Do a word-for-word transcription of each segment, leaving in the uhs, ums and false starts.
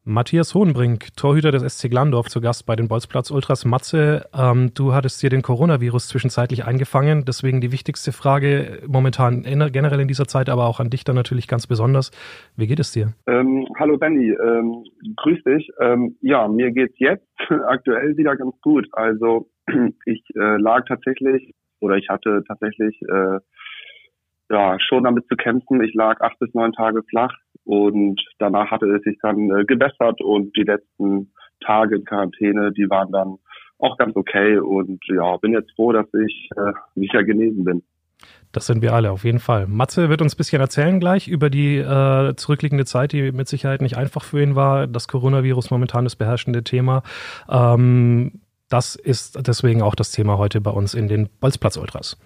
Matthias Hohenbrink, Torhüter des S C Glandorf, zu Gast bei den Bolzplatz Ultras. Matze, ähm, du hattest dir den Coronavirus zwischenzeitlich eingefangen, deswegen die wichtigste Frage momentan generell in dieser Zeit, aber auch an dich dann natürlich ganz besonders. Wie geht es dir? Ähm, hallo Benni, ähm, grüß dich. Ähm, ja, mir geht's jetzt aktuell wieder ganz gut. Also ich äh, lag tatsächlich oder ich hatte tatsächlich äh, ja schon damit zu kämpfen. Ich lag acht bis neun Tage flach. Und danach hatte es sich dann äh, gebessert und die letzten Tage in Quarantäne, die waren dann auch ganz okay. Und ja, bin jetzt froh, dass ich äh, sicher genesen bin. Das sind wir alle, auf jeden Fall. Matze wird uns ein bisschen erzählen gleich über die äh, zurückliegende Zeit, die mit Sicherheit nicht einfach für ihn war. Das Coronavirus momentan das beherrschende Thema. Ähm, das ist deswegen auch das Thema heute bei uns in den Bolzplatz Ultras.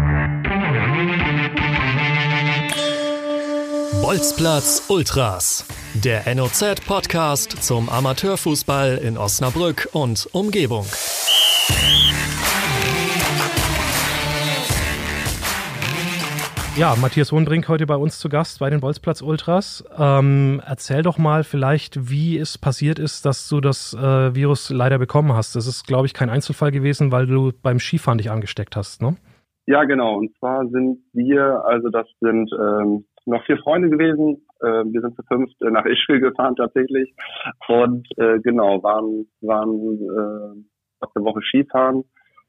Bolzplatz Ultras, der N O Z-Podcast zum Amateurfußball in Osnabrück und Umgebung. Ja, Matthias Hohenbrink heute bei uns zu Gast bei den Bolzplatz Ultras. Ähm, erzähl doch mal vielleicht, wie es passiert ist, dass du das äh, Virus leider bekommen hast. Das ist, glaube ich, kein Einzelfall gewesen, weil du beim Skifahren dich angesteckt hast, ne? Ja, genau. Und zwar sind wir, also das sind ähm, noch vier Freunde gewesen. Äh, wir sind zu fünft äh, nach Ischgl gefahren tatsächlich. Und äh, genau, waren waren äh, fast eine Woche Skifahren.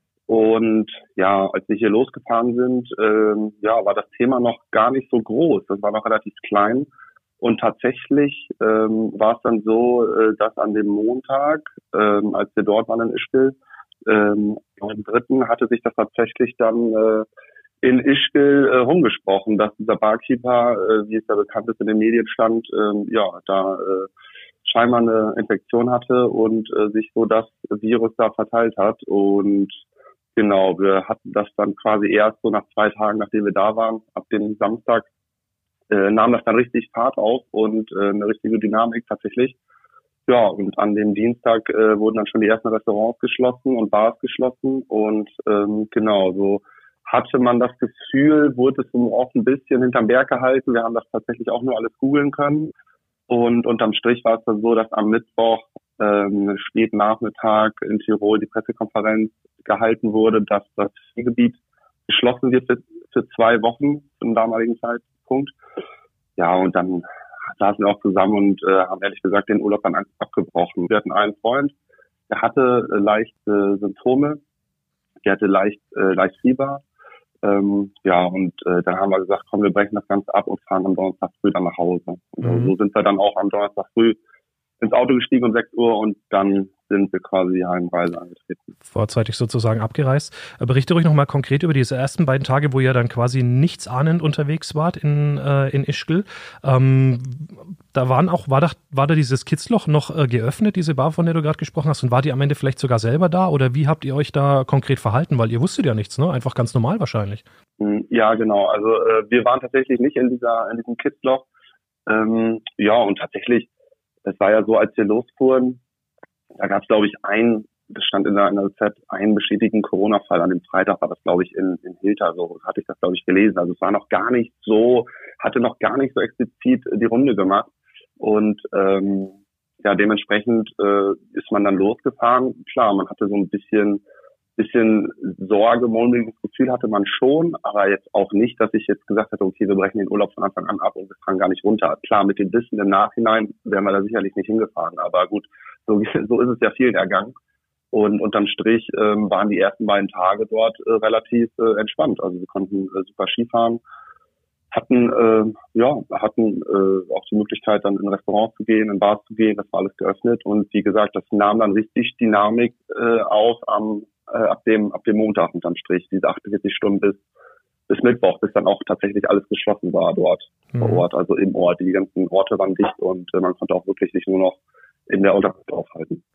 Und ja, als wir hier losgefahren sind, äh, ja, war das Thema noch gar nicht so groß. Das war noch relativ klein. Und tatsächlich ähm, war es dann so, äh, dass an dem Montag, ähm, als wir dort waren in Ischgl, ähm, am dritten hatte sich das tatsächlich dann äh, in Ischgl äh, rumgesprochen, dass dieser Barkeeper, äh, wie es ja bekannt ist, in den Medien stand, äh, ja, da äh, scheinbar eine Infektion hatte und äh, sich so das Virus da verteilt hat. Und genau, wir hatten das dann quasi erst so nach zwei Tagen, nachdem wir da waren, ab dem Samstag, äh, nahm das dann richtig Fahrt auf und äh, eine richtige Dynamik tatsächlich. Ja, und an dem Dienstag äh, wurden dann schon die ersten Restaurants geschlossen und Bars geschlossen und ähm, genau, so hatte man das Gefühl, wurde es so auch ein bisschen hinterm Berg gehalten. Wir haben das tatsächlich auch nur alles googeln können und unterm Strich war es dann so, dass am Mittwoch ähm, späten Nachmittag in Tirol die Pressekonferenz gehalten wurde, dass das Skigebiet geschlossen wird für, für zwei Wochen zum damaligen Zeitpunkt. Ja, und dann saßen wir auch zusammen und äh, haben ehrlich gesagt den Urlaub dann einfach abgebrochen. Wir hatten einen Freund, der hatte äh, leichte Symptome, der hatte leicht äh, leicht Fieber. Ähm, ja, und äh, dann haben wir gesagt, komm, wir brechen das Ganze ab und fahren am Donnerstag früh dann nach Hause. Und mhm. so sind wir dann auch am Donnerstag früh ins Auto gestiegen um sechs Uhr und dann sind wir quasi Heimreise angetreten. Vorzeitig sozusagen abgereist. Berichte ruhig nochmal konkret über diese ersten beiden Tage, wo ihr dann quasi nichts ahnend unterwegs wart in, äh, in Ischgl. Ähm, da waren auch, war da, war da dieses Kitzloch noch äh, geöffnet, diese Bar, von der du gerade gesprochen hast, und war die am Ende vielleicht sogar selber da oder wie habt ihr euch da konkret verhalten? Weil ihr wusstet ja nichts, ne? Einfach ganz normal wahrscheinlich. Ja, genau. Also äh, wir waren tatsächlich nicht in dieser in diesem Kitzloch. Ähm, ja, und tatsächlich, es war ja so, als wir losfuhren, da gab es, glaube ich, ein, das stand in der N O Z, einen bestätigten Corona-Fall. An dem Freitag war das, glaube ich, in, in Hilter, so hatte ich das, glaube ich, gelesen. Also es war noch gar nicht so, hatte noch gar nicht so explizit die Runde gemacht. Und ähm, ja, dementsprechend äh, ist man dann losgefahren. Klar, man hatte so ein bisschen bisschen Sorge, mulmiges Gefühl hatte man schon, aber jetzt auch nicht, dass ich jetzt gesagt hätte, okay, wir brechen den Urlaub von Anfang an ab und wir fahren gar nicht runter. Klar, mit dem Wissen im Nachhinein wären wir da sicherlich nicht hingefahren, aber gut, so, so ist es ja vielen ergangen. Und unterm Strich ähm, waren die ersten beiden Tage dort äh, relativ äh, entspannt. Also wir konnten äh, super Skifahren, hatten äh, ja hatten äh, auch die Möglichkeit, dann in Restaurants zu gehen, in Bars zu gehen, das war alles geöffnet. Und wie gesagt, das nahm dann richtig Dynamik äh, auf am Äh, ab dem ab dem Montag unterm Strich, diese achtundvierzig Stunden bis bis Mittwoch, bis dann auch tatsächlich alles geschlossen war dort mhm. vor Ort, also im Ort. Die ganzen Orte waren dicht und äh, man konnte auch wirklich sich nur noch in der Unterkunft aufhalten.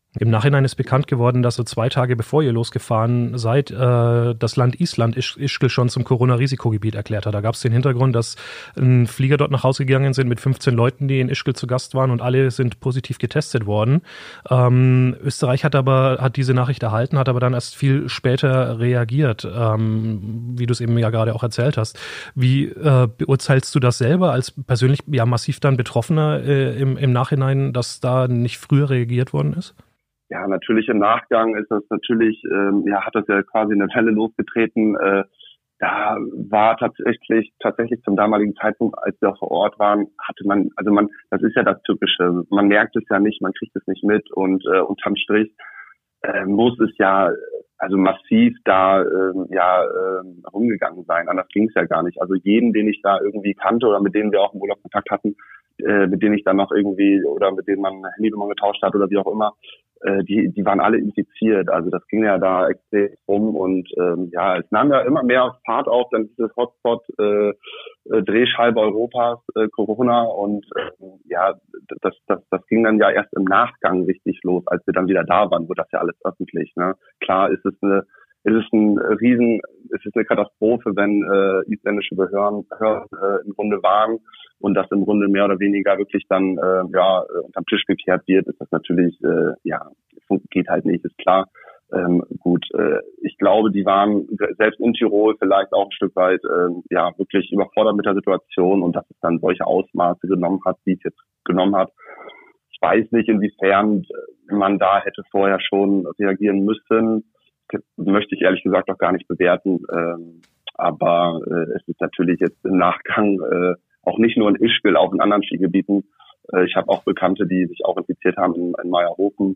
Im Nachhinein ist bekannt geworden, dass so zwei Tage bevor ihr losgefahren seid, äh, das Land Island Isch- Ischgl schon zum Corona-Risikogebiet erklärt hat. Da gab es den Hintergrund, dass ein Flieger dort nach Hause gegangen sind mit fünfzehn Leuten, die in Ischgl zu Gast waren und alle sind positiv getestet worden. Ähm, Österreich hat aber hat diese Nachricht erhalten, hat aber dann erst viel später reagiert, ähm, wie du es eben ja gerade auch erzählt hast. Wie äh, beurteilst du das selber als persönlich ja massiv dann Betroffener äh, im, im Nachhinein, dass da nicht früher reagiert worden ist? Ja, natürlich im Nachgang ist das natürlich, ähm, ja, hat das ja quasi eine Welle losgetreten. Äh, da war tatsächlich, tatsächlich zum damaligen Zeitpunkt, als wir vor Ort waren, hatte man, also man, das ist ja das Typische. Man merkt es ja nicht, man kriegt es nicht mit und äh, unterm Strich äh, muss es ja, also massiv da, äh, ja, äh, rumgegangen sein. Anders ging es ja gar nicht. Also jeden, den ich da irgendwie kannte oder mit denen wir auch im Urlaub Kontakt hatten, äh, mit denen ich dann noch irgendwie oder mit denen man Handynummer getauscht hat oder wie auch immer, die die waren alle infiziert, also das ging ja da extrem rum und ähm, ja, es nahm ja immer mehr Fahrt auf, dann dieses Hotspot äh, äh, Drehscheibe Europas, äh, Corona und äh, ja, das das das ging dann ja erst im Nachgang richtig los, als wir dann wieder da waren, wurde das ja alles öffentlich, ne? Klar ist es eine ist es ein Riesen, es ist eine Katastrophe, wenn äh, isländische Behörden, Behörden äh, im Grunde waren und das im Grunde mehr oder weniger wirklich dann äh, ja unterm Tisch gekehrt wird, ist das natürlich äh, ja geht halt nicht, ist klar. Ähm, gut, äh, ich glaube, die waren selbst in Tirol vielleicht auch ein Stück weit äh, ja wirklich überfordert mit der Situation und dass es dann solche Ausmaße genommen hat, wie es jetzt genommen hat. Ich weiß nicht, inwiefern man da hätte vorher schon reagieren müssen. Möchte ich ehrlich gesagt auch gar nicht bewerten. Ähm, aber äh, es ist natürlich jetzt im Nachgang äh, auch nicht nur in Ischgl, auch in anderen Skigebieten. Äh, ich habe auch Bekannte, die sich auch infiziert haben in, in Meierhofen.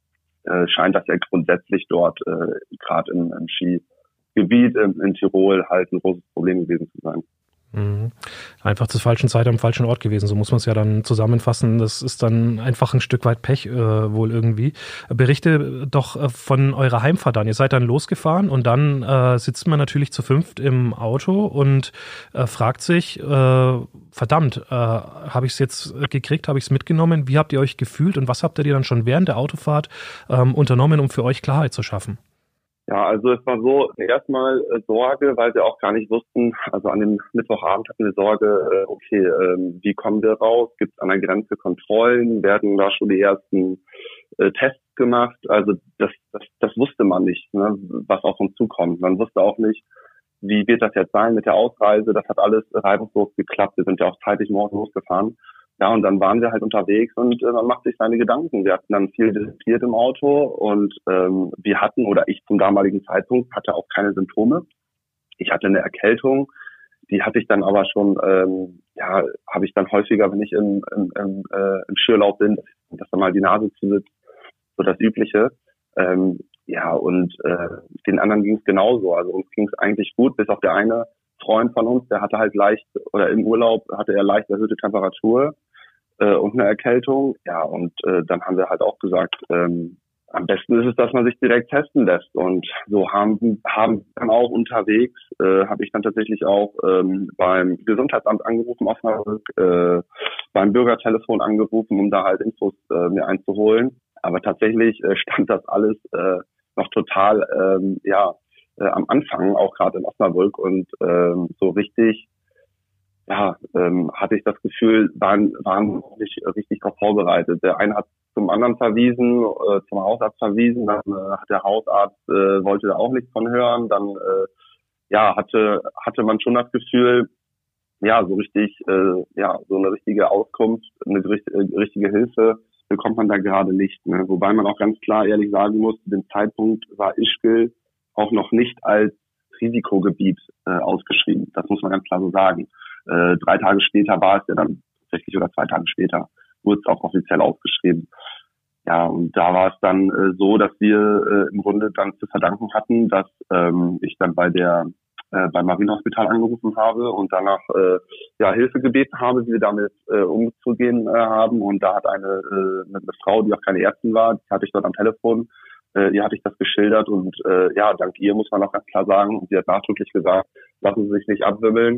Äh, scheint das ja grundsätzlich dort äh, gerade im, im Skigebiet in, in Tirol halt ein großes Problem gewesen zu sein. Mhm. Einfach zur falschen Zeit am falschen Ort gewesen, so muss man es ja dann zusammenfassen. Das ist dann einfach ein Stück weit Pech äh, wohl irgendwie. Berichte doch äh, von eurer Heimfahrt dann. Ihr seid dann losgefahren und dann äh, sitzt man natürlich zu fünft im Auto und äh, fragt sich, äh, verdammt, äh, habe ich es jetzt gekriegt, habe ich es mitgenommen? Wie habt ihr euch gefühlt und was habt ihr dann schon während der Autofahrt ähm, unternommen, um für euch Klarheit zu schaffen? Ja, also es war so, erstmal äh, Sorge, weil wir auch gar nicht wussten, also an dem Mittwochabend hatten wir Sorge, äh, okay, äh, wie kommen wir raus? Gibt es an der Grenze Kontrollen? Werden da schon die ersten äh, Tests gemacht? Also das, das, das wusste man nicht, ne, was auf uns zukommt. Man wusste auch nicht, wie wird das jetzt sein mit der Ausreise? Das hat alles reibungslos geklappt. Wir sind ja auch zeitig morgens losgefahren. Ja, und dann waren wir halt unterwegs und äh, man macht sich seine Gedanken. Wir hatten dann viel diskutiert im Auto und ähm, wir hatten, oder ich zum damaligen Zeitpunkt, hatte auch keine Symptome. Ich hatte eine Erkältung, die hatte ich dann aber schon, ähm, ja, habe ich dann häufiger, wenn ich im, im, im, äh, im Skiurlaub bin, dass dann mal die Nase zusitzt, so das Übliche. Ähm, ja, und äh, den anderen ging es genauso. Also uns ging es eigentlich gut, bis auf der eine Freund von uns, der hatte halt leicht, oder im Urlaub hatte er leicht erhöhte Temperatur äh, und eine Erkältung. Ja, und äh, dann haben wir halt auch gesagt, ähm, am besten ist es, dass man sich direkt testen lässt. Und so haben haben dann auch unterwegs, äh, habe ich dann tatsächlich auch ähm, beim Gesundheitsamt angerufen, Osnabrück, äh, beim Bürgertelefon angerufen, um da halt Infos äh, mir einzuholen. Aber tatsächlich äh, stand das alles äh, noch total, ähm, ja, Äh, am Anfang, auch gerade in Osnabrück und ähm, so richtig, ja, ähm, hatte ich das Gefühl, waren waren nicht richtig darauf vorbereitet. Der eine hat zum anderen verwiesen, äh, zum Hausarzt verwiesen, dann äh, hat der Hausarzt äh, wollte da auch nichts von hören, dann äh, ja hatte hatte man schon das Gefühl, ja so richtig, äh, ja so eine richtige Auskunft, eine äh, richtige Hilfe bekommt man da gerade nicht. Ne? Wobei man auch ganz klar ehrlich sagen muss, zu dem Zeitpunkt war Ischgl auch noch nicht als Risikogebiet äh, ausgeschrieben. Das muss man ganz klar so sagen. Äh, drei Tage später war es ja dann tatsächlich, oder zwei Tage später, wurde es auch offiziell ausgeschrieben. Ja, und da war es dann äh, so, dass wir äh, im Grunde dann zu verdanken hatten, dass ähm, ich dann bei der äh, beim Marienhospital angerufen habe und danach äh, ja Hilfe gebeten habe, wie wir damit äh, umzugehen äh, haben. Und da hat eine, äh, eine Frau, die auch keine Ärztin war, die hatte ich dort am Telefon, Äh, ihr hatte ich das geschildert und äh, ja, dank ihr muss man auch ganz klar sagen, und sie hat nachdrücklich gesagt, lassen Sie sich nicht abwimmeln,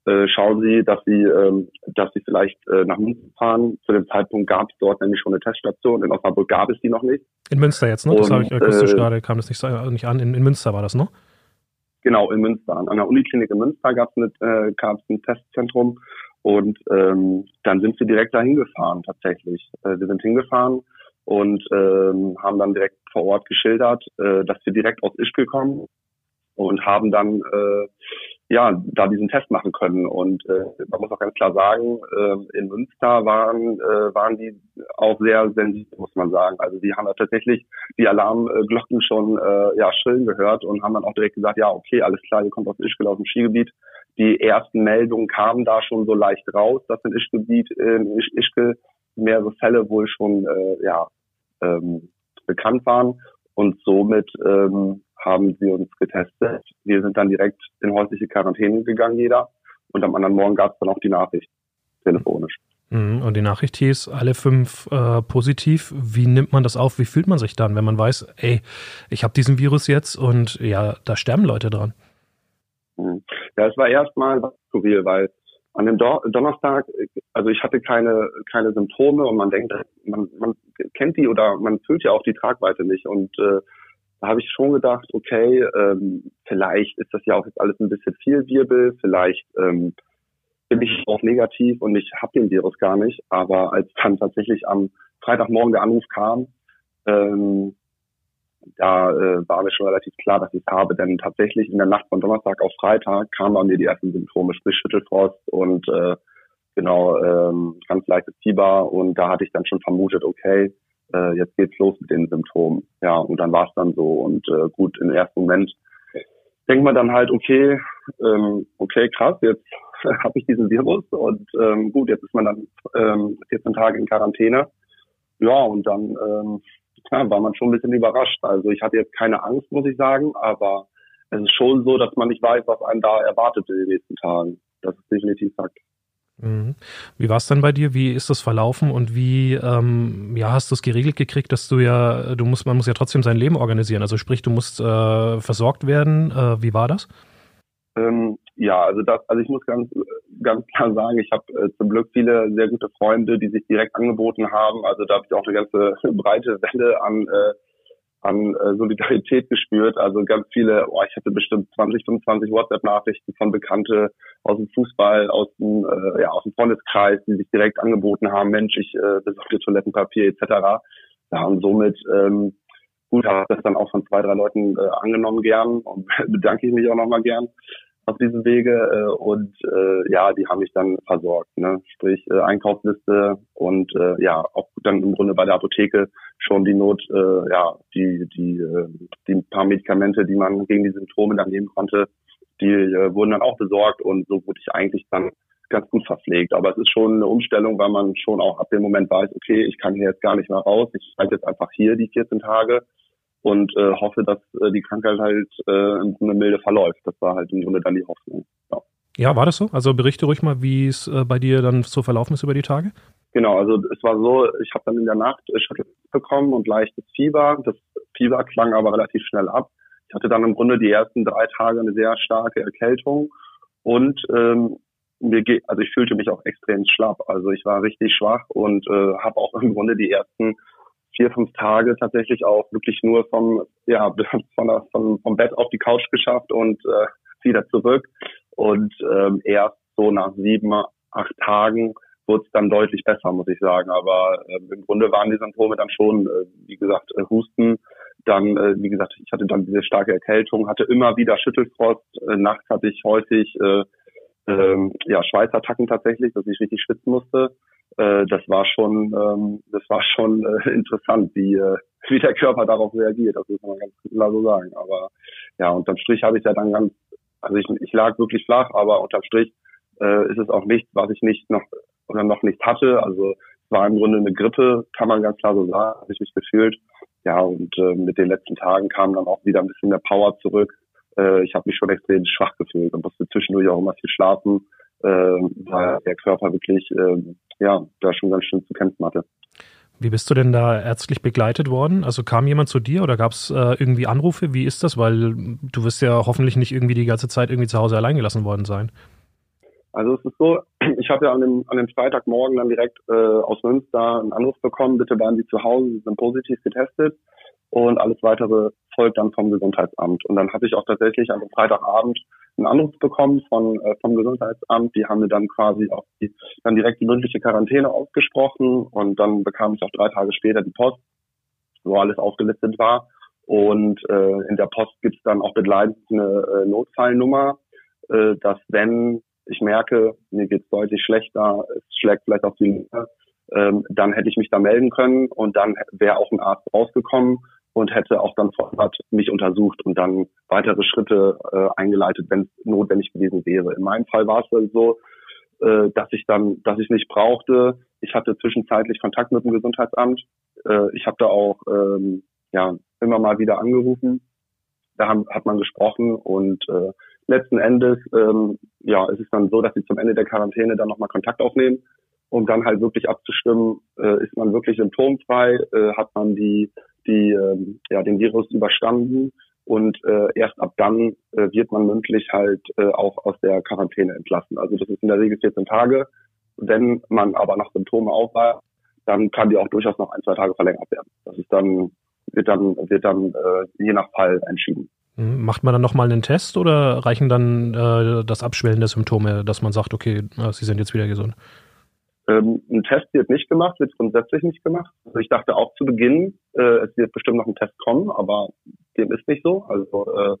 äh, schauen Sie, dass Sie, ähm, dass Sie vielleicht äh, nach Münster fahren. Zu dem Zeitpunkt gab es dort nämlich schon eine Teststation. In Osnabrück gab es die noch nicht. In Münster jetzt, ne? Und, das habe ich akustisch äh, gerade, kam das nicht, nicht an. In, in Münster war das, ne? Genau, in Münster. An der Uniklinik in Münster gab es äh, gab's ein Testzentrum. Und ähm, dann sind wir direkt dahin gefahren tatsächlich. Äh, wir sind hingefahren und ähm, haben dann direkt vor Ort geschildert, äh, dass wir direkt aus Ischgl kommen und haben dann äh, ja da diesen Test machen können. Und äh, man muss auch ganz klar sagen, äh, in Münster waren äh, waren die auch sehr sensibel, muss man sagen. Also die haben da tatsächlich die Alarmglocken schon äh, ja schrillen gehört und haben dann auch direkt gesagt, ja okay, alles klar, ihr kommt aus Ischgl, aus dem Skigebiet. Die ersten Meldungen kamen da schon so leicht raus, dass in Ischgebiet, in Ischgl mehrere Fälle wohl schon äh, ja ähm, bekannt waren. Und somit ähm, haben sie uns getestet. Wir sind dann direkt in häusliche Quarantäne gegangen, jeder. Und am anderen Morgen gab es dann auch die Nachricht, telefonisch. Und die Nachricht hieß, alle fünf äh, positiv. Wie nimmt man das auf? Wie fühlt man sich dann, wenn man weiß, ey, ich habe diesen Virus jetzt und ja, da sterben Leute dran? Ja, es war erstmal skurril, weil an dem Do- Donnerstag, also ich hatte keine keine Symptome und man denkt, man, man kennt die oder man fühlt ja auch die Tragweite nicht. Und äh, da habe ich schon gedacht, okay, ähm, vielleicht ist das ja auch jetzt alles ein bisschen viel Wirbel, vielleicht ähm, bin ich auch negativ und ich habe den Virus gar nicht. Aber als dann tatsächlich am Freitagmorgen der Anruf kam, ähm, da äh, war mir schon relativ klar, dass ich es habe, denn tatsächlich in der Nacht von Donnerstag auf Freitag kamen bei mir die ersten Symptome, sprich Schüttelfrost und äh, genau ähm, ganz leichtes Fieber, und da hatte ich dann schon vermutet, okay, äh, jetzt geht's los mit den Symptomen. Ja, und dann war es dann so, und äh, gut, im ersten Moment denkt man dann halt, okay, ähm, okay, krass, jetzt habe ich diesen Virus und ähm, gut, jetzt ist man dann ähm, vierzehn Tage in Quarantäne. Ja, und dann ähm, ja, war man schon ein bisschen überrascht. Also ich hatte jetzt keine Angst, muss ich sagen, aber es ist schon so, dass man nicht weiß, was einen da erwartet in den nächsten Tagen. Das ist definitiv Fakt. Mhm. Wie war es dann bei dir? Wie ist das verlaufen und wie ähm, ja, hast du es geregelt gekriegt, dass du ja, du musst, man muss ja trotzdem sein Leben organisieren. Also sprich, du musst äh, versorgt werden. Äh, wie war das? Ähm, ja, also das, also ich muss ganz, ganz klar sagen, ich habe äh, zum Glück viele sehr gute Freunde, die sich direkt angeboten haben. Also da habe ich auch eine ganze breite Welle an äh, an äh, Solidarität gespürt. Also ganz viele, oh, ich hatte bestimmt zwanzig, fünfundzwanzig WhatsApp-Nachrichten von Bekannte aus dem Fußball, aus dem äh, ja aus dem Freundeskreis, die sich direkt angeboten haben, Mensch, ich äh, besorge dir Toilettenpapier et cetera. Ja, und somit ähm, gut, habe das dann auch von zwei, drei Leuten äh, angenommen gern, und bedanke ich mich auch nochmal gern auf diesem Wege, äh, und äh, ja, die haben mich dann versorgt, ne? Sprich äh, Einkaufsliste und äh, ja, auch dann im Grunde bei der Apotheke schon die Not, äh, ja, die die äh, die paar Medikamente, die man gegen die Symptome dann nehmen konnte, die äh, wurden dann auch besorgt, und so wurde ich eigentlich dann ganz gut verpflegt. Aber es ist schon eine Umstellung, weil man schon auch ab dem Moment weiß, okay, ich kann hier jetzt gar nicht mehr raus, ich bleibe jetzt einfach hier die vierzehn Tage und äh, hoffe, dass äh, die Krankheit halt äh, im Grunde milde verläuft. Das war halt im Grunde dann die Hoffnung. Ja, ja, war das so? Also berichte ruhig mal, wie es äh, bei dir dann so verlaufen ist über die Tage. Genau, also es war so, ich habe dann in der Nacht Schüttelfrost bekommen und leichtes Fieber. Das Fieber klang aber relativ schnell ab. Ich hatte dann im Grunde die ersten drei Tage eine sehr starke Erkältung, und ähm, mir ge- also ich fühlte mich auch extrem schlapp. Also ich war richtig schwach und äh, habe auch im Grunde die ersten vier, fünf Tage tatsächlich auch wirklich nur vom, ja, von der, von, vom Bett auf die Couch geschafft und äh, wieder zurück. Und ähm, erst so nach sieben, acht Tagen wurde es dann deutlich besser, muss ich sagen. Aber äh, im Grunde waren die Symptome dann schon, äh, wie gesagt, äh, Husten. Dann, äh, wie gesagt, ich hatte dann diese starke Erkältung, hatte immer wieder Schüttelfrost. Äh, nachts hatte ich häufig äh, äh, ja, Schweißattacken tatsächlich, dass ich richtig schwitzen musste. Das war schon, ähm, das war schon äh, interessant, wie, äh, wie der Körper darauf reagiert. Das muss man ganz klar so sagen. Aber ja, unterm Strich habe ich ja dann ganz, also ich, ich lag wirklich flach, aber unterm Strich äh, ist es auch nichts, was ich nicht noch oder noch nicht hatte. Also es war im Grunde eine Grippe, kann man ganz klar so sagen, habe ich mich gefühlt. Ja, und äh, mit den letzten Tagen kam dann auch wieder ein bisschen mehr Power zurück. Äh, ich habe mich schon extrem schwach gefühlt und musste zwischendurch auch immer viel schlafen, äh, weil der Körper wirklich äh, ja, da schon ganz schön zu kämpfen hatte. Wie bist du denn da ärztlich begleitet worden? Also kam jemand zu dir oder gab es äh, irgendwie Anrufe? Wie ist das? Weil du wirst ja hoffentlich nicht irgendwie die ganze Zeit irgendwie zu Hause allein gelassen worden sein. Also es ist so, ich habe ja an dem, an dem Freitagmorgen dann direkt äh, aus Münster einen Anruf bekommen, bitte waren Sie zu Hause, Sie sind positiv getestet und alles Weitere folgt dann vom Gesundheitsamt. Und dann hatte ich auch tatsächlich an dem Freitagabend einen Anruf bekommen von äh, vom Gesundheitsamt, die haben mir dann quasi auch die, dann direkt die mündliche Quarantäne ausgesprochen und dann bekam ich auch drei Tage später die Post, wo alles aufgelistet war. Und äh, in der Post gibt es dann auch begleitend eine äh, Notfallnummer, äh, dass wenn ich merke, mir geht's deutlich schlechter, es schlägt vielleicht auf die Lunge, ähm, dann hätte ich mich da melden können und dann wäre auch ein Arzt rausgekommen und hätte auch dann vor Ort mich untersucht und dann weitere Schritte äh, eingeleitet, wenn es notwendig gewesen wäre. In meinem Fall war es dann so, äh, dass ich dann, dass ich nicht brauchte. Ich hatte zwischenzeitlich Kontakt mit dem Gesundheitsamt. Äh, ich habe da auch ähm, ja immer mal wieder angerufen. Da haben, hat man gesprochen und äh, letzten Endes ähm, ja, es ist dann so, dass sie zum Ende der Quarantäne dann nochmal Kontakt aufnehmen, um dann halt wirklich abzustimmen, äh, ist man wirklich symptomfrei, äh, hat man die, die, ähm, ja, den Virus überstanden und äh, erst ab dann äh, wird man mündlich halt äh, auch aus der Quarantäne entlassen. Also das ist in der Regel vierzehn Tage. Wenn man aber noch Symptome aufweist, dann kann die auch durchaus noch ein, zwei Tage verlängert werden. Das ist dann, wird dann, wird dann äh, je nach Fall entschieden. Macht man dann nochmal einen Test oder reichen dann äh, das Abschwellen der Symptome, dass man sagt, okay, äh, Sie sind jetzt wieder gesund? Ähm, ein Test wird nicht gemacht, wird grundsätzlich nicht gemacht. Also ich dachte auch zu Beginn, äh, es wird bestimmt noch ein Test kommen, aber dem ist nicht so. Also äh,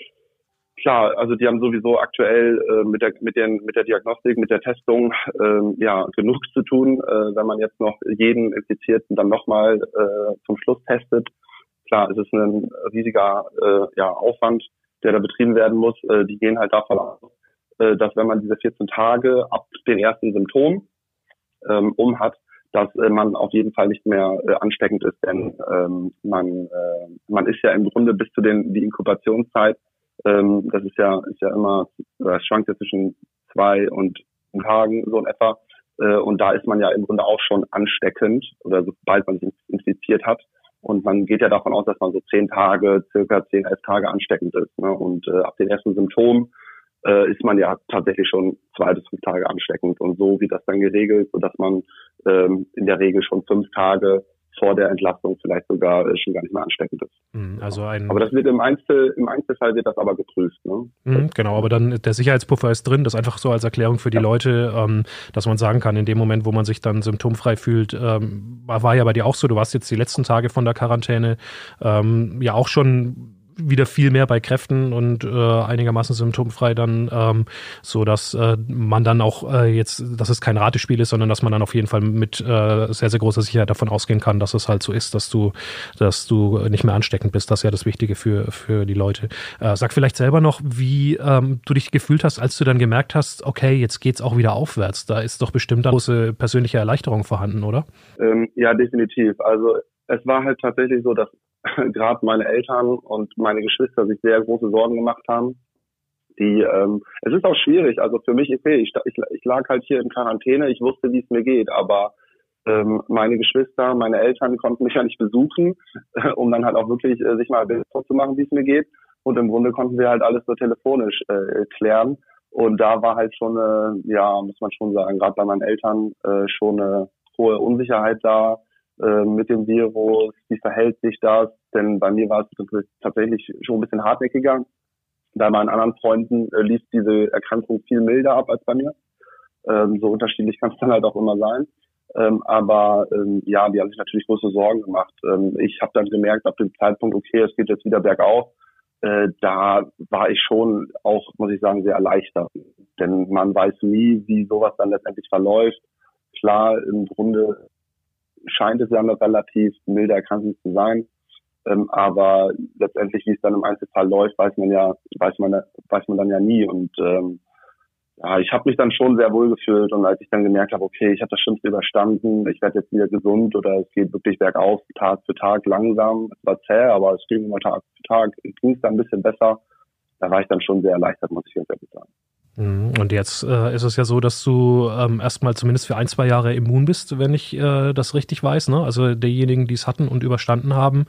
klar, also die haben sowieso aktuell äh, mit der mit den mit der Diagnostik, mit der Testung äh, ja genug zu tun, äh, wenn man jetzt noch jeden Infizierten dann nochmal äh, zum Schluss testet. Klar, es ist ein riesiger äh, ja, Aufwand, der da betrieben werden muss. Äh, die gehen halt davon aus, äh, dass wenn man diese vierzehn Tage ab den ersten Symptomen ähm, um hat, dass äh, man auf jeden Fall nicht mehr äh, ansteckend ist, denn ähm, man äh, man ist ja im Grunde bis zu den die Inkubationszeit, ähm, das ist ja ist ja immer, es schwankt ja zwischen zwei und Tagen so in etwa, äh, und da ist man ja im Grunde auch schon ansteckend oder sobald man sich infiziert hat. Und man geht ja davon aus, dass man so zehn Tage, circa zehn, elf Tage ansteckend ist. Ne? Und äh, ab den ersten Symptomen äh, ist man ja tatsächlich schon zwei bis fünf Tage ansteckend. Und so wird das dann geregelt, sodass man ähm, in der Regel schon fünf Tage vor der Entlassung vielleicht sogar äh, schon gar nicht mehr ansteckend ist. Also ein aber das wird im Einzel, im Einzelfall wird das aber geprüft. Ne? Mhm, genau, aber dann der Sicherheitspuffer ist drin. Das ist einfach so als Erklärung für die ja. Leute, ähm, dass man sagen kann, in dem Moment, wo man sich dann symptomfrei fühlt, ähm, war, war ja bei dir auch so, du warst jetzt die letzten Tage von der Quarantäne ähm, ja auch schon wieder viel mehr bei Kräften und äh, einigermaßen symptomfrei dann, ähm, so dass äh, man dann auch äh, jetzt, dass es kein Ratespiel ist, sondern dass man dann auf jeden Fall mit äh, sehr, sehr großer Sicherheit davon ausgehen kann, dass es halt so ist, dass du, dass du nicht mehr ansteckend bist. Das ist ja das Wichtige für, für die Leute. Äh, sag vielleicht selber noch, wie ähm, du dich gefühlt hast, als du dann gemerkt hast, okay, jetzt geht's auch wieder aufwärts. Da ist doch bestimmt eine große persönliche Erleichterung vorhanden, oder? Ähm, ja, definitiv. Also es war halt tatsächlich so, dass gerade meine Eltern und meine Geschwister sich sehr große Sorgen gemacht haben. Die, ähm, es ist auch schwierig, also für mich, okay, ich, ich, ich lag halt hier in Quarantäne, ich wusste, wie es mir geht, aber ähm, meine Geschwister, meine Eltern konnten mich ja nicht besuchen, äh, um dann halt auch wirklich äh, sich mal ein Bild vorzumachen, wie es mir geht. Und im Grunde konnten wir halt alles so telefonisch äh, klären. Und da war halt schon, eine, ja, muss man schon sagen, gerade bei meinen Eltern äh, schon eine hohe Unsicherheit da, mit dem Virus, wie verhält sich das? Denn bei mir war es tatsächlich schon ein bisschen hartnäckiger. Bei meinen anderen Freunden äh, lief diese Erkrankung viel milder ab als bei mir. Ähm, so unterschiedlich kann es dann halt auch immer sein. Ähm, aber ähm, ja, die haben sich natürlich große Sorgen gemacht. Ähm, ich habe dann gemerkt, ab dem Zeitpunkt, okay, es geht jetzt wieder bergauf. Äh, da war ich schon auch, muss ich sagen, sehr erleichtert. Denn man weiß nie, wie sowas dann letztendlich verläuft. Klar, im Grunde scheint es ja eine relativ milde Erkrankung zu sein, ähm, aber letztendlich, wie es dann im Einzelfall läuft, weiß man ja, weiß man, weiß man dann ja nie. Und ähm, ja, ich habe mich dann schon sehr wohl gefühlt und als ich dann gemerkt habe, okay, ich habe das Schlimmste überstanden, ich werde jetzt wieder gesund oder es geht wirklich bergauf, Tag für Tag langsam, es war zäh, aber es ging immer Tag für Tag, ging es dann ein bisschen besser. Da war ich dann schon sehr erleichtert, muss ich ganz ehrlich sagen. Und jetzt äh, ist es ja so, dass du ähm, erstmal zumindest für ein, zwei Jahre immun bist, wenn ich äh, das richtig weiß. Ne? Also diejenigen, die es hatten und überstanden haben,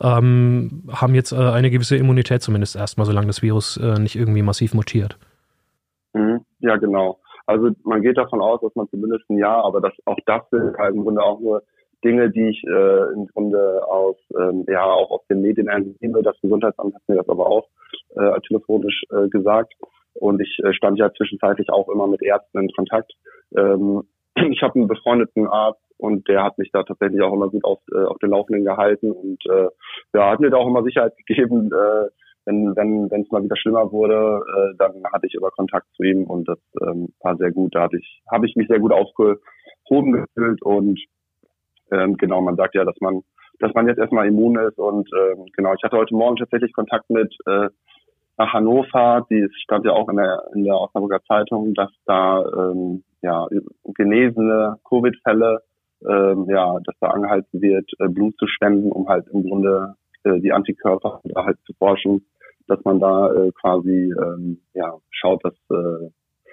ähm, haben jetzt äh, eine gewisse Immunität zumindest erstmal, solange das Virus äh, nicht irgendwie massiv mutiert. Mhm. Ja, genau. Also man geht davon aus, dass man zumindest ein Jahr, aber das auch das sind halt im Grunde auch nur Dinge, die ich äh, im Grunde aus ähm, ja auch aus den Medien entnehme. Das Gesundheitsamt hat mir das aber auch äh, telefonisch äh, gesagt. Und ich äh, stand ja zwischenzeitlich auch immer mit Ärzten in Kontakt. Ähm, ich habe einen befreundeten Arzt und der hat mich da tatsächlich auch immer gut auf, äh, auf den Laufenden gehalten und äh, ja, hat mir da auch immer Sicherheit gegeben, äh, wenn wenn wenn es mal wieder schlimmer wurde, äh, dann hatte ich immer Kontakt zu ihm und das ähm, war sehr gut. Da hatte ich habe ich mich sehr gut aufgehoben gefühlt und ähm, genau, man sagt ja, dass man dass man jetzt erstmal immun ist und ähm, genau, ich hatte heute Morgen tatsächlich Kontakt mit äh, nach Hannover, die stand ja auch in der in der Osnabrücker Zeitung, dass da ähm, ja genesene Covid-Fälle ähm, ja, dass da angehalten wird, äh, Blut zu spenden, um halt im Grunde äh, die Antikörper da halt zu forschen, dass man da äh, quasi ähm, ja schaut, dass äh,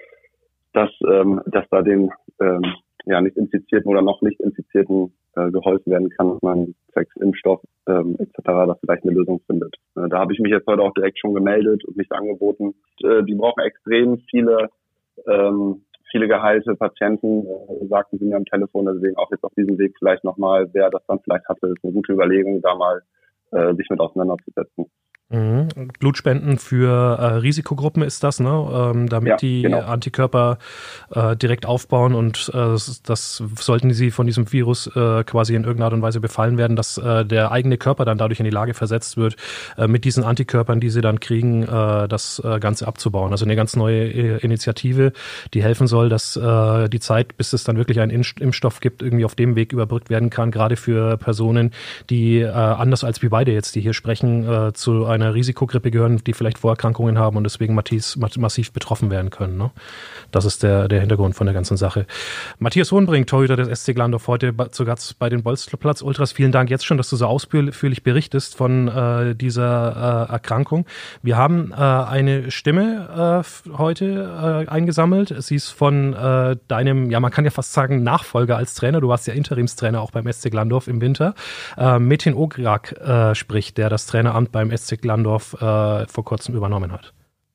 dass ähm, dass da den ähm, ja nicht infizierten oder noch nicht infizierten äh, geholfen werden kann, dass man zwecks Impfstoff ähm, et cetera da vielleicht eine Lösung findet. Äh, da habe ich mich jetzt heute auch direkt schon gemeldet und mich angeboten. Äh, die brauchen extrem viele ähm, viele geheilte Patienten, äh, sagten sie mir am Telefon, deswegen auch jetzt auf diesem Weg vielleicht nochmal, wer das dann vielleicht hatte, ist eine gute Überlegung, da mal äh, sich mit auseinanderzusetzen. Mhm. Blutspenden für äh, Risikogruppen ist das, ne? Ähm, damit ja, die genau. Antikörper äh, direkt aufbauen und äh, das, das sollten sie von diesem Virus äh, quasi in irgendeiner Art und Weise befallen werden, dass äh, der eigene Körper dann dadurch in die Lage versetzt wird, äh, mit diesen Antikörpern, die sie dann kriegen, äh, das äh, Ganze abzubauen. Also eine ganz neue äh, Initiative, die helfen soll, dass äh, die Zeit, bis es dann wirklich einen Impfstoff gibt, irgendwie auf dem Weg überbrückt werden kann, gerade für Personen, die äh, anders als wir beide jetzt, die hier sprechen, äh, zu einer einer Risikogrippe gehören, die vielleicht Vorerkrankungen haben und deswegen massiv betroffen werden können. Ne? Das ist der, der Hintergrund von der ganzen Sache. Matthias Hohenbrink, Torhüter des S C Glandorf, heute zu Gast bei den Bolzplatz Ultras. Vielen Dank jetzt schon, dass du so ausführlich berichtest von äh, dieser äh, Erkrankung. Wir haben äh, eine Stimme äh, heute äh, eingesammelt. Sie ist von äh, deinem, ja man kann ja fast sagen, Nachfolger als Trainer. Du warst ja Interimstrainer auch beim S C Glandorf im Winter. Äh, Metin Ograk äh, spricht, der das Traineramt beim S C Glandorf äh, vor kurzem übernommen hat.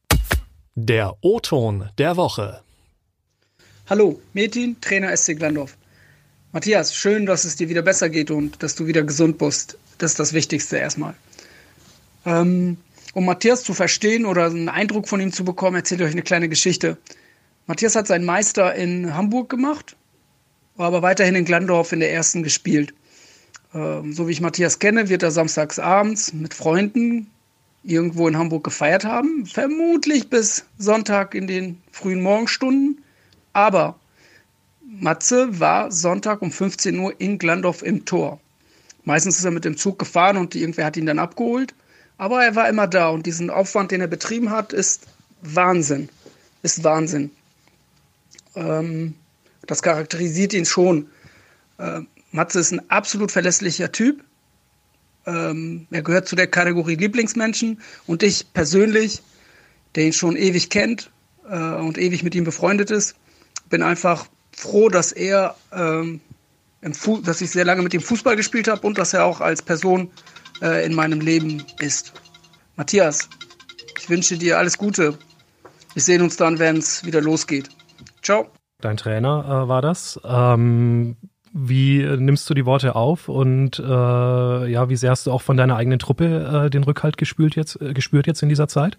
Der O-Ton der Woche. Hallo, Metin, Trainer S C Glandorf. Matthias, schön, dass es dir wieder besser geht und dass du wieder gesund bist. Das ist das Wichtigste erstmal. Ähm, um Matthias zu verstehen oder einen Eindruck von ihm zu bekommen, erzähle ich euch eine kleine Geschichte. Matthias hat seinen Meister in Hamburg gemacht, war aber weiterhin in Glandorf in der ersten gespielt. Ähm, so wie ich Matthias kenne, wird er samstags abends mit Freunden irgendwo in Hamburg gefeiert haben, vermutlich bis Sonntag in den frühen Morgenstunden. Aber Matze war Sonntag um fünfzehn Uhr in Glandorf im Tor. Meistens ist er mit dem Zug gefahren und irgendwer hat ihn dann abgeholt. Aber er war immer da und diesen Aufwand, den er betrieben hat, ist Wahnsinn. Ist Wahnsinn. Ähm, das charakterisiert ihn schon. Äh, Matze ist ein absolut verlässlicher Typ. Ähm, er gehört zu der Kategorie Lieblingsmenschen und ich persönlich, der ihn schon ewig kennt äh, und ewig mit ihm befreundet ist, bin einfach froh, dass er, ähm, im Fu- dass ich sehr lange mit ihm Fußball gespielt habe und dass er auch als Person äh, in meinem Leben ist. Matthias, ich wünsche dir alles Gute. Wir sehen uns dann, wenn es wieder losgeht. Ciao. Dein Trainer äh, war das. Ähm Wie nimmst du die Worte auf und äh, ja, wie sehr hast du auch von deiner eigenen Truppe äh, den Rückhalt gespürt jetzt, äh, gespürt jetzt in dieser Zeit?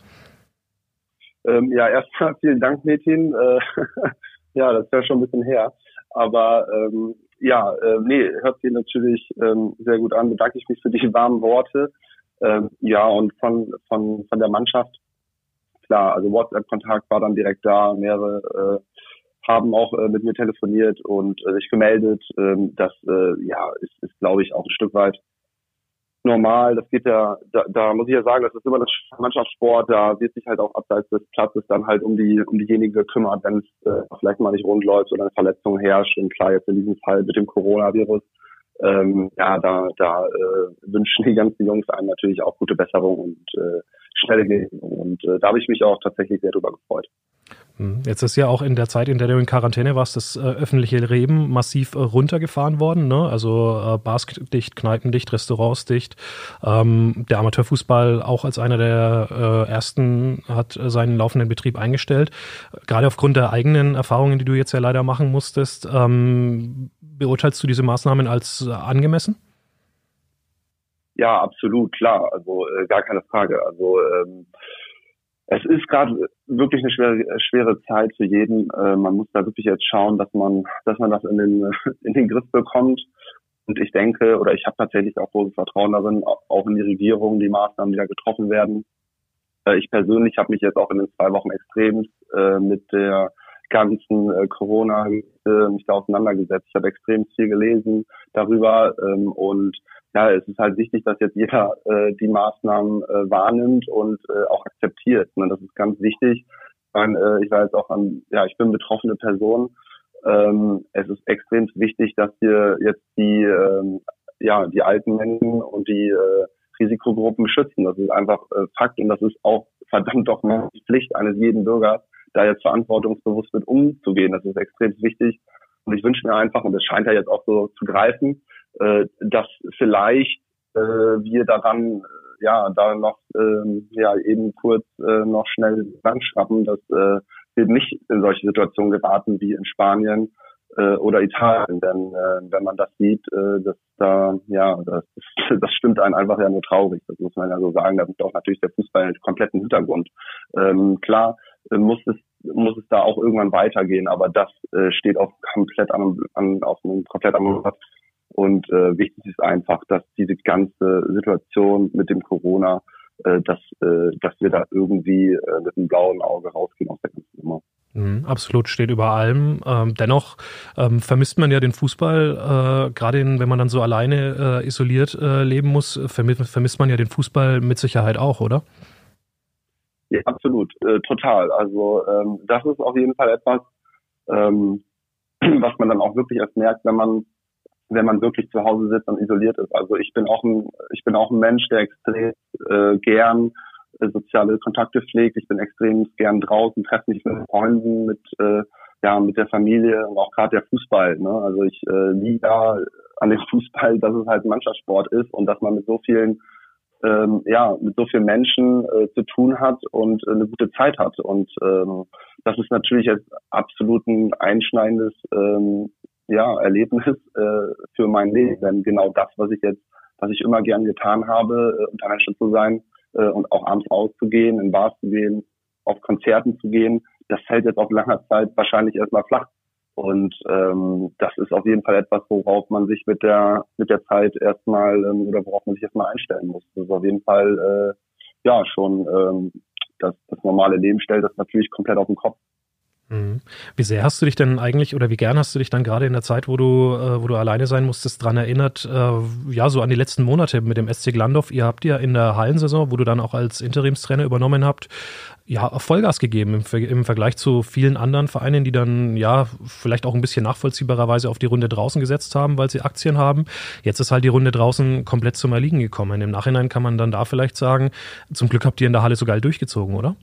Ähm, ja, erstmal vielen Dank, Metin. Äh, ja, das ist ja schon ein bisschen her. Aber ähm, ja, äh, nee, hört sich natürlich ähm, sehr gut an. Bedanke ich mich für die warmen Worte. Ähm, ja, und von von von der Mannschaft, klar, also WhatsApp-Kontakt war dann direkt da, mehrere äh, haben auch äh, mit mir telefoniert und äh, sich gemeldet. Ähm, das äh, ja ist, ist glaube ich, auch ein Stück weit normal. Das geht ja, da, da muss ich ja sagen, das ist immer das Mannschaftssport. Da wird sich halt auch abseits des Platzes dann halt um die um diejenigen gekümmert, wenn es äh, vielleicht mal nicht rund läuft oder eine Verletzung herrscht. Und klar, jetzt in diesem Fall mit dem Coronavirus, ähm, ja, da da äh, wünschen die ganzen Jungs einem natürlich auch gute Besserung und äh, schnelle Genesung. Und äh, da habe ich mich auch tatsächlich sehr drüber gefreut. Jetzt ist ja auch in der Zeit, in der du in Quarantäne warst, das äh, öffentliche Leben massiv äh, runtergefahren worden, ne? Also äh, Bars dicht, Kneipen dicht, Restaurants dicht. Ähm, der Amateurfußball auch als einer der äh, ersten hat äh, seinen laufenden Betrieb eingestellt. Gerade aufgrund der eigenen Erfahrungen, die du jetzt ja leider machen musstest, ähm, beurteilst du diese Maßnahmen als äh, angemessen? Ja, absolut, klar. Also äh, gar keine Frage. Also ähm, es ist gerade wirklich eine schwere, schwere Zeit für jeden. Äh, man muss da wirklich jetzt schauen, dass man, dass man das in den, in den Griff bekommt. Und ich denke, oder ich habe tatsächlich auch großes Vertrauen darin, auch in die Regierung, die Maßnahmen, die da getroffen werden. Äh, ich persönlich habe mich jetzt auch in den zwei Wochen extrem äh, mit der ganzen äh, Corona äh, mich da auseinandergesetzt. Ich habe extrem viel gelesen darüber ähm, und ja, es ist halt wichtig, dass jetzt jeder äh, die Maßnahmen äh, wahrnimmt und äh, auch akzeptiert. Ne? Das ist ganz wichtig. Ich meine, äh, ich war jetzt auch an, ja, ich bin betroffene Person. Ähm, es ist extrem wichtig, dass wir jetzt die, ähm, ja, die alten Menschen und die äh, Risikogruppen schützen. Das ist einfach äh, Fakt und das ist auch verdammt doch mal die Pflicht eines jeden Bürgers, da jetzt verantwortungsbewusst mit umzugehen. Das ist extrem wichtig. Und ich wünsche mir einfach, und das scheint ja jetzt auch so zu greifen, äh, dass vielleicht äh, wir daran, äh, ja, da noch, äh, ja, eben kurz äh, noch schnell ranschrappen, dass äh, wir nicht in solche Situationen geraten wie in Spanien äh, oder Italien. Denn äh, wenn man das sieht, äh, dass da, ja, das, das stimmt einen einfach ja nur traurig. Das muss man ja so sagen. Da ist auch natürlich der Fußball einen kompletten Hintergrund. Ähm, klar äh, muss es muss es da auch irgendwann weitergehen, aber das äh, steht auf komplett an, an auf einem komplett anderen Platz. Und äh, wichtig ist einfach, dass diese ganze Situation mit dem Corona, äh, dass äh, dass wir da irgendwie äh, mit einem blauen Auge rausgehen aus der ganzen Nummer. Mhm, absolut, steht über allem. Ähm, dennoch ähm, vermisst man ja den Fußball, äh, gerade in, wenn man dann so alleine äh, isoliert äh, leben muss, vermisst, vermisst man ja den Fußball mit Sicherheit auch, oder? Ja, absolut, äh, total. Also ähm, das ist auf jeden Fall etwas, ähm, was man dann auch wirklich erst merkt, wenn man wenn man wirklich zu Hause sitzt und isoliert ist. Also ich bin auch ein ich bin auch ein Mensch, der extrem äh, gern äh, soziale Kontakte pflegt. Ich bin extrem gern draußen, treffe mich mit Freunden, mit äh, ja mit der Familie und auch gerade der Fußball. Ne? Also ich äh, liebe da an dem Fußball, dass es halt ein Mannschaftssport ist und dass man mit so vielen ähm, ja mit so vielen Menschen äh, zu tun hat und äh, eine gute Zeit hat. Und ähm, das ist natürlich jetzt absolut ein einschneidendes ähm, ja, Erlebnis äh, für mein Leben. Denn genau das, was ich jetzt, was ich immer gern getan habe, äh, unter Menschen zu sein äh, und auch abends rauszugehen, in Bars zu gehen, auf Konzerten zu gehen, das fällt jetzt auf langer Zeit wahrscheinlich erstmal flach. Und ähm, das ist auf jeden Fall etwas, worauf man sich mit der mit der Zeit erstmal ähm, oder worauf man sich erstmal einstellen muss. Das ist auf jeden Fall äh, ja schon ähm, das, das normale Leben stellt das natürlich komplett auf den Kopf. Wie sehr hast du dich denn eigentlich oder wie gern hast du dich dann gerade in der Zeit, wo du äh, wo du alleine sein musstest, dran erinnert, äh, ja, so an die letzten Monate mit dem S C Glandorf? Ihr habt ja in der Hallensaison, wo du dann auch als Interimstrainer übernommen habt, ja, Vollgas gegeben im, Ver- im Vergleich zu vielen anderen Vereinen, die dann ja vielleicht auch ein bisschen nachvollziehbarerweise auf die Runde draußen gesetzt haben, weil sie Aktien haben. Jetzt ist halt die Runde draußen komplett zum Erliegen gekommen. Im Nachhinein kann man dann da vielleicht sagen, zum Glück habt ihr in der Halle so geil durchgezogen, oder?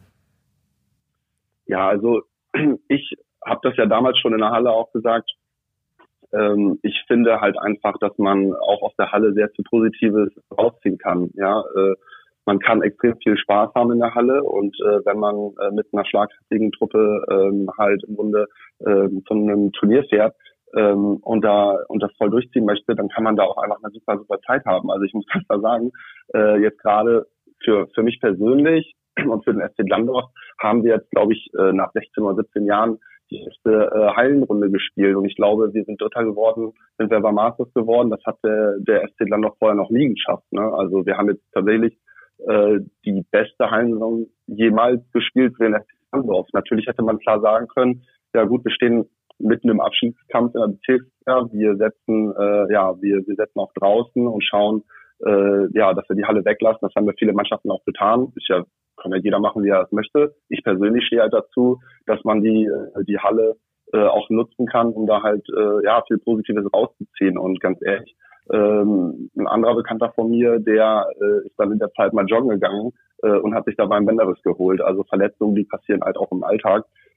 Ja, also ich habe das ja damals schon in der Halle auch gesagt. Ähm, ich finde halt einfach, dass man auch aus der Halle sehr viel Positives rausziehen kann. Ja, äh, man kann extrem viel Spaß haben in der Halle und äh, wenn man äh, mit einer schlagkräftigen Truppe ähm, halt im Grunde äh, zu einem Turnier fährt ähm, und da und das voll durchziehen möchte, dann kann man da auch einfach eine super super Zeit haben. Also ich muss ganz klar sagen, äh, jetzt gerade für für mich persönlich und für den S C Glandorf haben wir jetzt, glaube ich, nach sechzehn oder siebzehn Jahren die erste äh, Hallenrunde gespielt. Und ich glaube, wir sind Dritter geworden, sind wir bei Masters geworden. Das hat der, der S C Glandorf vorher noch nie geschafft. Ne? Also wir haben jetzt tatsächlich äh, die beste Hallensaison jemals gespielt für den S C Glandorf. Natürlich hätte man klar sagen können, ja gut, wir stehen mitten im Abstiegskampf in der Bezirksliga. Wir setzen, äh, ja, wir, wir setzen auch draußen und schauen, äh, ja, dass wir die Halle weglassen. Das haben wir viele Mannschaften auch getan. Ist ja kann ja jeder machen, wie er das möchte. Ich persönlich stehe halt dazu, dass man die die Halle äh, auch nutzen kann, um da halt äh, ja viel Positives rauszuziehen. Und ganz ehrlich, ähm, ein anderer Bekannter von mir, der äh, ist dann in der Zeit mal joggen gegangen äh, und hat sich dabei einen Bänderriss geholt. Also Verletzungen, die passieren halt auch im Alltag.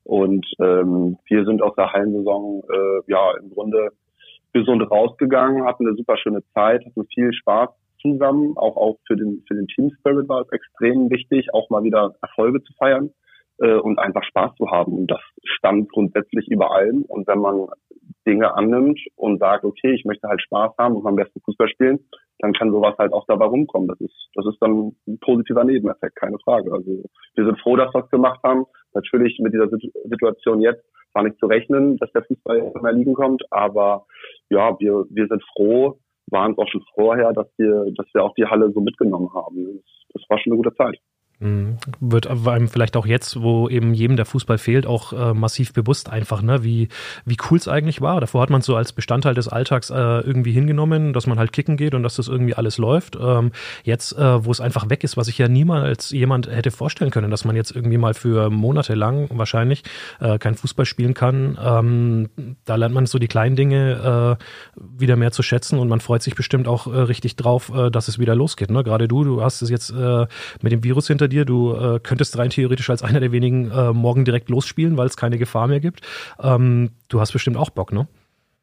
Und ähm, wir sind aus der Hallensaison äh, ja im Grunde gesund rausgegangen, hatten eine super schöne Zeit, hatten viel Spaß zusammen. Auch auch für den für den Team Spirit war es extrem wichtig, auch mal wieder Erfolge zu feiern äh, und einfach Spaß zu haben. Und das stand grundsätzlich über allem. Und wenn man Dinge annimmt und sagt, okay, ich möchte halt Spaß haben und am besten Fußball spielen, dann kann sowas halt auch dabei rumkommen. Das ist, das ist dann ein positiver Nebeneffekt, keine Frage. Also wir sind froh, dass wir es gemacht haben. Natürlich mit dieser Situation jetzt war nicht zu rechnen, dass der Fußball in der Ligen kommt, aber ja, wir, wir sind froh, waren es auch schon vorher, dass wir, dass wir auch die Halle so mitgenommen haben. Das, das war schon eine gute Zeit. Wird einem vielleicht auch jetzt, wo eben jedem der Fußball fehlt, auch äh, massiv bewusst einfach, ne, wie, wie cool es eigentlich war. Davor hat man es so als Bestandteil des Alltags äh, irgendwie hingenommen, dass man halt kicken geht und dass das irgendwie alles läuft. Ähm, jetzt, äh, wo es einfach weg ist, was ich ja niemals jemand hätte vorstellen können, dass man jetzt irgendwie mal für Monate lang wahrscheinlich äh, kein Fußball spielen kann. Ähm, da lernt man so die kleinen Dinge äh, wieder mehr zu schätzen und man freut sich bestimmt auch äh, richtig drauf, äh, dass es wieder losgeht. Ne? Gerade du, du hast es jetzt äh, mit dem Virus hinter dir. Du äh, könntest rein theoretisch als einer der wenigen äh, morgen direkt losspielen, weil es keine Gefahr mehr gibt. Ähm, du hast bestimmt auch Bock, ne?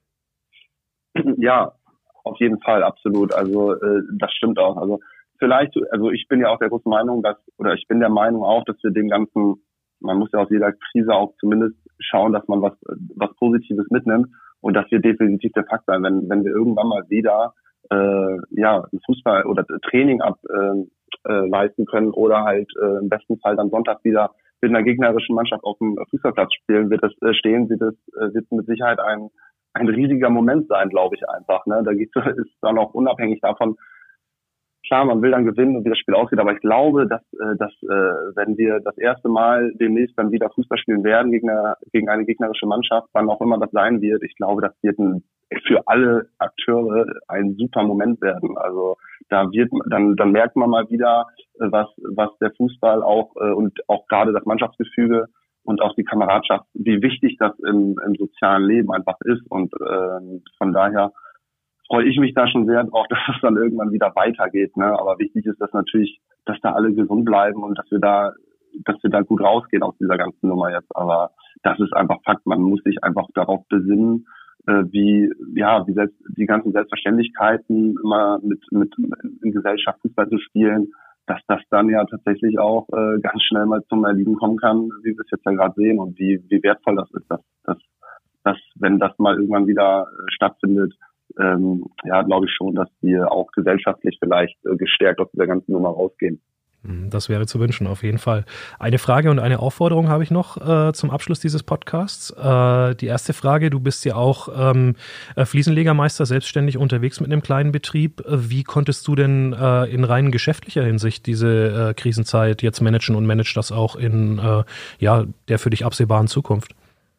Ja, auf jeden Fall, absolut. Also äh, das stimmt auch. Also vielleicht, also ich bin ja auch der großen Meinung, dass, oder ich bin der Meinung auch, dass wir den ganzen, man muss ja aus jeder Krise auch zumindest schauen, dass man was was Positives mitnimmt und dass wir definitiv der Fakt sein, wenn wenn wir irgendwann mal wieder äh, ja Fußball oder Training ab äh, Äh, leisten können oder halt äh, im besten Fall dann Sonntag wieder mit einer gegnerischen Mannschaft auf dem Fußballplatz spielen, wird es äh, stehen, wird es äh, wird mit Sicherheit ein ein riesiger Moment sein, glaube ich einfach. Ne, da geht ist dann auch unabhängig davon. Klar, man will dann gewinnen und wie das Spiel aussieht, aber ich glaube, dass äh, dass äh, wenn wir das erste Mal demnächst dann wieder Fußball spielen werden gegen eine, gegen eine gegnerische Mannschaft, wann auch immer das sein wird, ich glaube, das wird ein, für alle Akteure ein super Moment werden. Also da wird dann dann merkt man mal wieder, was was der Fußball auch äh, und auch gerade das Mannschaftsgefüge und auch die Kameradschaft, wie wichtig das im, im sozialen Leben einfach ist. Und äh, von daher freue ich mich da schon sehr drauf, dass es dann irgendwann wieder weitergeht. Ne? Aber wichtig ist das natürlich, dass da alle gesund bleiben und dass wir da, dass wir da gut rausgehen aus dieser ganzen Nummer jetzt. Aber das ist einfach Fakt. Man muss sich einfach darauf besinnen, äh, wie ja wie selbst die ganzen Selbstverständlichkeiten immer mit mit in Gesellschaft Fußball zu spielen, dass das dann ja tatsächlich auch äh, ganz schnell mal zum Erliegen kommen kann, wie wir es jetzt ja gerade sehen und wie wie wertvoll das ist, dass dass dass wenn das mal irgendwann wieder äh, stattfindet. Ähm, ja, glaube ich schon, dass wir auch gesellschaftlich vielleicht äh, gestärkt aus dieser ganzen Nummer rausgehen. Das wäre zu wünschen, auf jeden Fall. Eine Frage und eine Aufforderung habe ich noch äh, zum Abschluss dieses Podcasts. Äh, die erste Frage, du bist ja auch ähm, Fliesenlegermeister, selbstständig unterwegs mit einem kleinen Betrieb. Wie konntest du denn äh, in rein geschäftlicher Hinsicht diese äh, Krisenzeit jetzt managen und managst das auch in äh, ja, der für dich absehbaren Zukunft?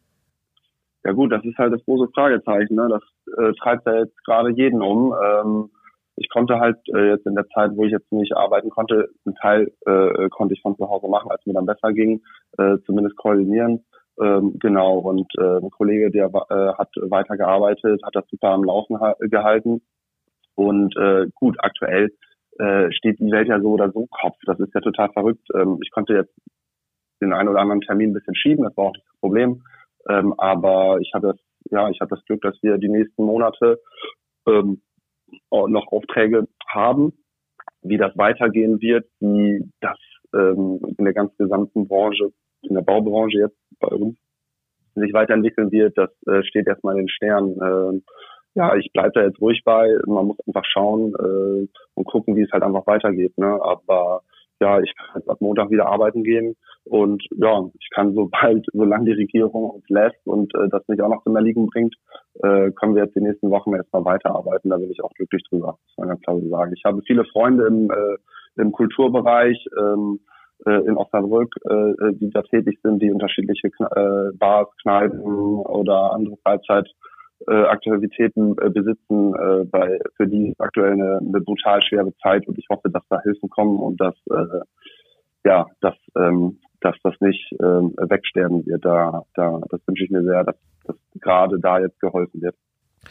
Ja gut, das ist halt das große Fragezeichen. Ne? Das äh, treibt ja jetzt gerade jeden um. Ähm, ich konnte halt äh, jetzt in der Zeit, wo ich jetzt nicht arbeiten konnte, einen Teil äh, konnte ich von zu Hause machen, als mir dann besser ging, äh, zumindest koordinieren. Ähm, genau, und äh, ein Kollege, der äh, hat weitergearbeitet, hat das super am Laufen ha- gehalten. Und äh, gut, aktuell äh, steht die Welt ja so oder so Kopf. Das ist ja total verrückt. Ähm, ich konnte jetzt den einen oder anderen Termin ein bisschen schieben, das war auch nicht das Problem. Ähm, aber ich habe das, ja, ich habe das Glück, dass wir die nächsten Monate ähm, noch Aufträge haben. Wie das weitergehen wird, wie das ähm, in der ganz gesamten Branche, in der Baubranche jetzt bei uns sich weiterentwickeln wird, das äh, steht erstmal in den Sternen. Äh, ja, ich bleibe da jetzt ruhig bei. Man muss einfach schauen äh, und gucken, wie es halt einfach weitergeht. Ne? Aber ja, ich kann jetzt ab Montag wieder arbeiten gehen und ja, ich kann sobald, solange die Regierung uns lässt und äh, das nicht auch noch zum Erliegen bringt, äh, können wir jetzt die nächsten Wochen erstmal weiterarbeiten. Da bin ich auch glücklich drüber, muss man ganz klar so sagen. Ich habe viele Freunde im, äh, im Kulturbereich ähm, äh, in Osnabrück, äh, die da tätig sind, die unterschiedliche Kna- äh, Bars, Kneipen oder andere Freizeit Äh, Aktivitäten äh, besitzen, äh, bei für die ist aktuell eine, eine brutal schwere Zeit und ich hoffe, dass da Hilfen kommen und dass äh, ja, dass ähm, dass das nicht ähm, wegsterben wird. Da da das wünsche ich mir sehr, dass, dass gerade da jetzt geholfen wird.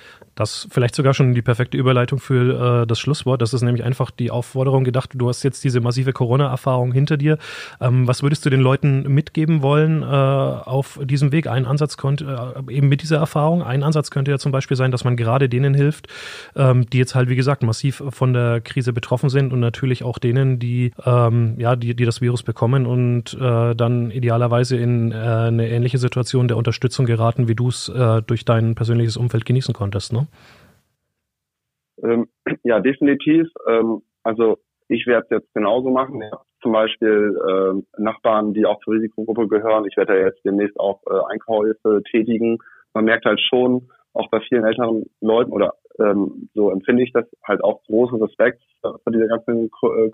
Das vielleicht sogar schon die perfekte Überleitung für äh, das Schlusswort. Das ist nämlich einfach die Aufforderung gedacht. Du hast jetzt diese massive Corona-Erfahrung hinter dir. Ähm, was würdest du den Leuten mitgeben wollen äh, auf diesem Weg? Ein Ansatz könnte, äh, eben mit dieser Erfahrung, ein Ansatz könnte ja zum Beispiel sein, dass man gerade denen hilft, ähm, die jetzt halt, wie gesagt, massiv von der Krise betroffen sind und natürlich auch denen, die, ähm, ja, die, die das Virus bekommen und äh, dann idealerweise in äh, eine ähnliche Situation der Unterstützung geraten, wie du es äh, durch dein persönliches Umfeld genießen konntest, ne? Ähm, ja, definitiv. Ähm, also ich werde es jetzt genauso machen. Ich habe zum Beispiel äh, Nachbarn, die auch zur Risikogruppe gehören. Ich werde ja jetzt demnächst auch äh, Einkäufe tätigen. Man merkt halt schon, auch bei vielen älteren Leuten, oder ähm, so empfinde ich das, halt auch großen Respekt äh, vor dieser ganzen Co- äh,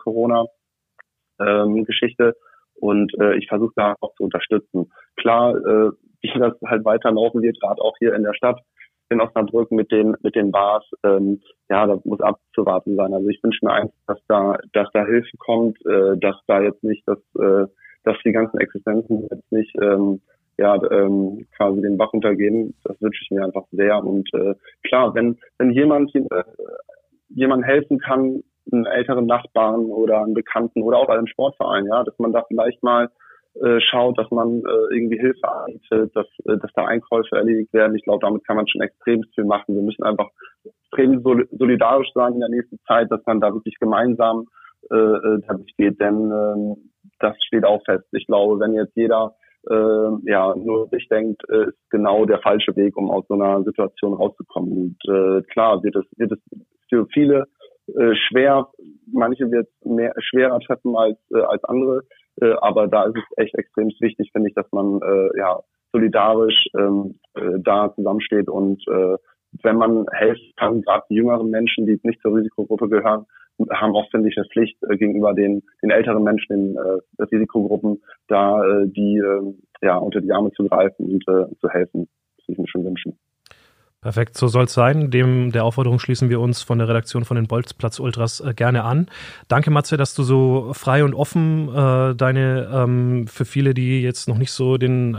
Corona-Geschichte. Ähm, und äh, ich versuche da auch zu unterstützen. Klar, äh, wie das halt weiterlaufen wird, gerade auch hier in der Stadt, in Osnabrück mit den mit den Bars, ähm, ja, das muss abzuwarten sein. Also ich wünsche mir einfach, dass da dass da Hilfe kommt, äh, dass da jetzt nicht, dass äh, dass die ganzen Existenzen jetzt nicht ähm, ja ähm, quasi den Bach runtergehen. Das wünsche ich mir einfach sehr. Und äh, klar, wenn wenn jemand äh, jemand helfen kann, einen älteren Nachbarn oder einen Bekannten oder auch einem Sportverein, ja, dass man da vielleicht mal Äh, schaut, dass man äh, irgendwie Hilfe anbietet, dass, äh, dass da Einkäufe erledigt werden. Ich glaube, damit kann man schon extrem viel machen. Wir müssen einfach extrem sol- solidarisch sein in der nächsten Zeit, dass man da wirklich gemeinsam äh, damit geht, denn äh, das steht auch fest. Ich glaube, wenn jetzt jeder äh, ja nur sich denkt, äh, ist genau der falsche Weg, um aus so einer Situation rauszukommen. Und äh, klar wird es wird es für viele äh, schwer, manche wird es mehr schwerer treffen als äh, als andere. Äh, aber da ist es echt extrem wichtig, finde ich, dass man äh, ja solidarisch ähm, äh, da zusammensteht und äh, wenn man helfen kann, gerade die jüngeren Menschen, die nicht zur Risikogruppe gehören, haben auch, finde ich, eine Pflicht äh, gegenüber den den älteren Menschen in äh, Risikogruppen, da äh, die äh, ja unter die Arme zu greifen und äh, zu helfen. Das würde ich mir schon wünschen. Perfekt, so soll es sein. Dem der Aufforderung schließen wir uns von der Redaktion von den Bolzplatz Ultras äh, gerne an. Danke, Matze, dass du so frei und offen äh, deine ähm, für viele, die jetzt noch nicht so den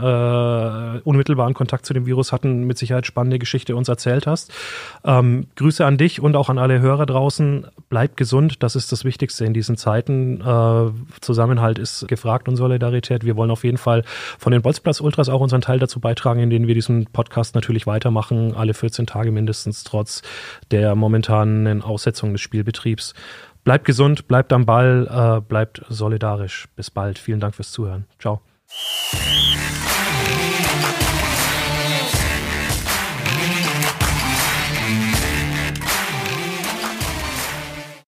äh, unmittelbaren Kontakt zu dem Virus hatten, mit Sicherheit spannende Geschichte uns erzählt hast. Ähm, Grüße an dich und auch an alle Hörer draußen. Bleib gesund, das ist das Wichtigste in diesen Zeiten. Äh, Zusammenhalt ist gefragt und Solidarität. Wir wollen auf jeden Fall von den Bolzplatz Ultras auch unseren Teil dazu beitragen, indem wir diesen Podcast natürlich weitermachen, alle vierzehn Tage mindestens, trotz der momentanen Aussetzung des Spielbetriebs. Bleibt gesund, bleibt am Ball, äh, bleibt solidarisch. Bis bald. Vielen Dank fürs Zuhören. Ciao.